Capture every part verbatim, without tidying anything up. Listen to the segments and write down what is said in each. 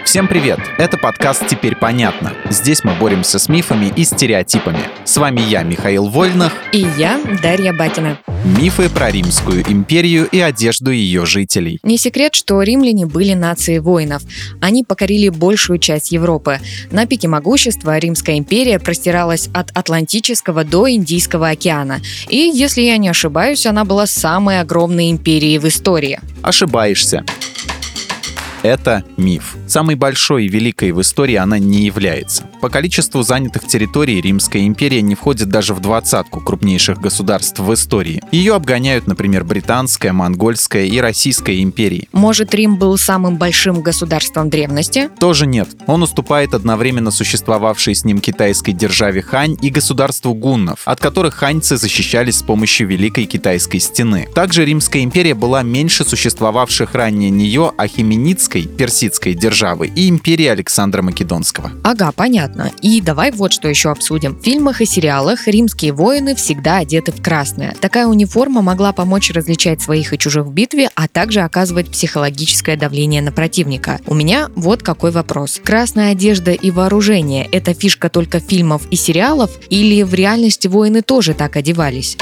Всем привет! Это подкаст «Теперь понятно». Здесь мы боремся с мифами и стереотипами. С вами я, Михаил Вольнах. И я, Дарья Бакина. Мифы про Римскую империю и одежду ее жителей. Не секрет, что римляне были нацией воинов. Они покорили большую часть Европы. На пике могущества Римская империя простиралась от Атлантического до Индийского океана. И, если я не ошибаюсь, она была самой огромной империей в истории. Ошибаешься. Это миф. Самой большой и великой в истории она не является. По количеству занятых территорий Римская империя не входит даже в двадцатку крупнейших государств в истории. Ее обгоняют, например, Британская, Монгольская и Российская империи. Может, Рим был самым большим государством древности? Тоже нет. Он уступает одновременно существовавшей с ним китайской державе Хань и государству гуннов, от которых ханьцы защищались с помощью Великой Китайской стены. Также Римская империя была меньше существовавших ранее нее ахеменидской, персидской державы и империи Александра Македонского. Ага, понятно. И давай вот что еще обсудим. В фильмах и сериалах римские воины всегда одеты в красное. Такая униформа могла помочь различать своих и чужих в битве, а также оказывать психологическое давление на противника. У меня вот какой вопрос. Красная одежда и вооружение – это фишка только фильмов и сериалов, или в реальности воины тоже так одевались?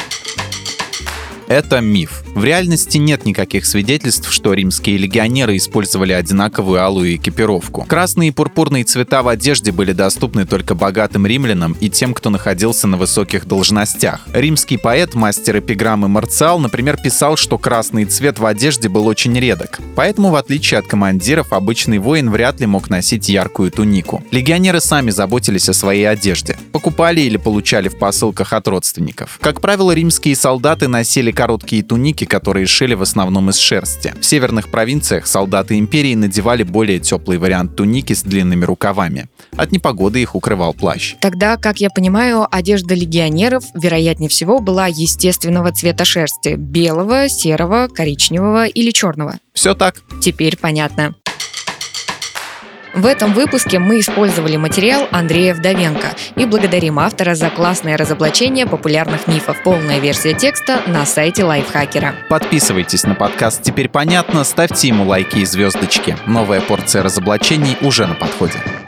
Это миф. В реальности нет никаких свидетельств, что римские легионеры использовали одинаковую алую экипировку. Красные и пурпурные цвета в одежде были доступны только богатым римлянам и тем, кто находился на высоких должностях. Римский поэт, мастер эпиграммы Марциал, например, писал, что красный цвет в одежде был очень редок. Поэтому, в отличие от командиров, обычный воин вряд ли мог носить яркую тунику. Легионеры сами заботились о своей одежде. Покупали или получали в посылках от родственников. Как правило, римские солдаты носили короткие туники, которые шили в основном из шерсти. В северных провинциях солдаты империи надевали более теплый вариант туники с длинными рукавами. От непогоды их укрывал плащ. Тогда, как я понимаю, одежда легионеров, вероятнее всего, была естественного цвета шерсти – белого, серого, коричневого или черного. Все так. Теперь понятно. В этом выпуске мы использовали материал Андрея Вдовенко и благодарим автора за классное разоблачение популярных мифов. Полная версия текста на сайте Лайфхакера. Подписывайтесь на подкаст «Теперь понятно», ставьте ему лайки и звездочки. Новая порция разоблачений уже на подходе.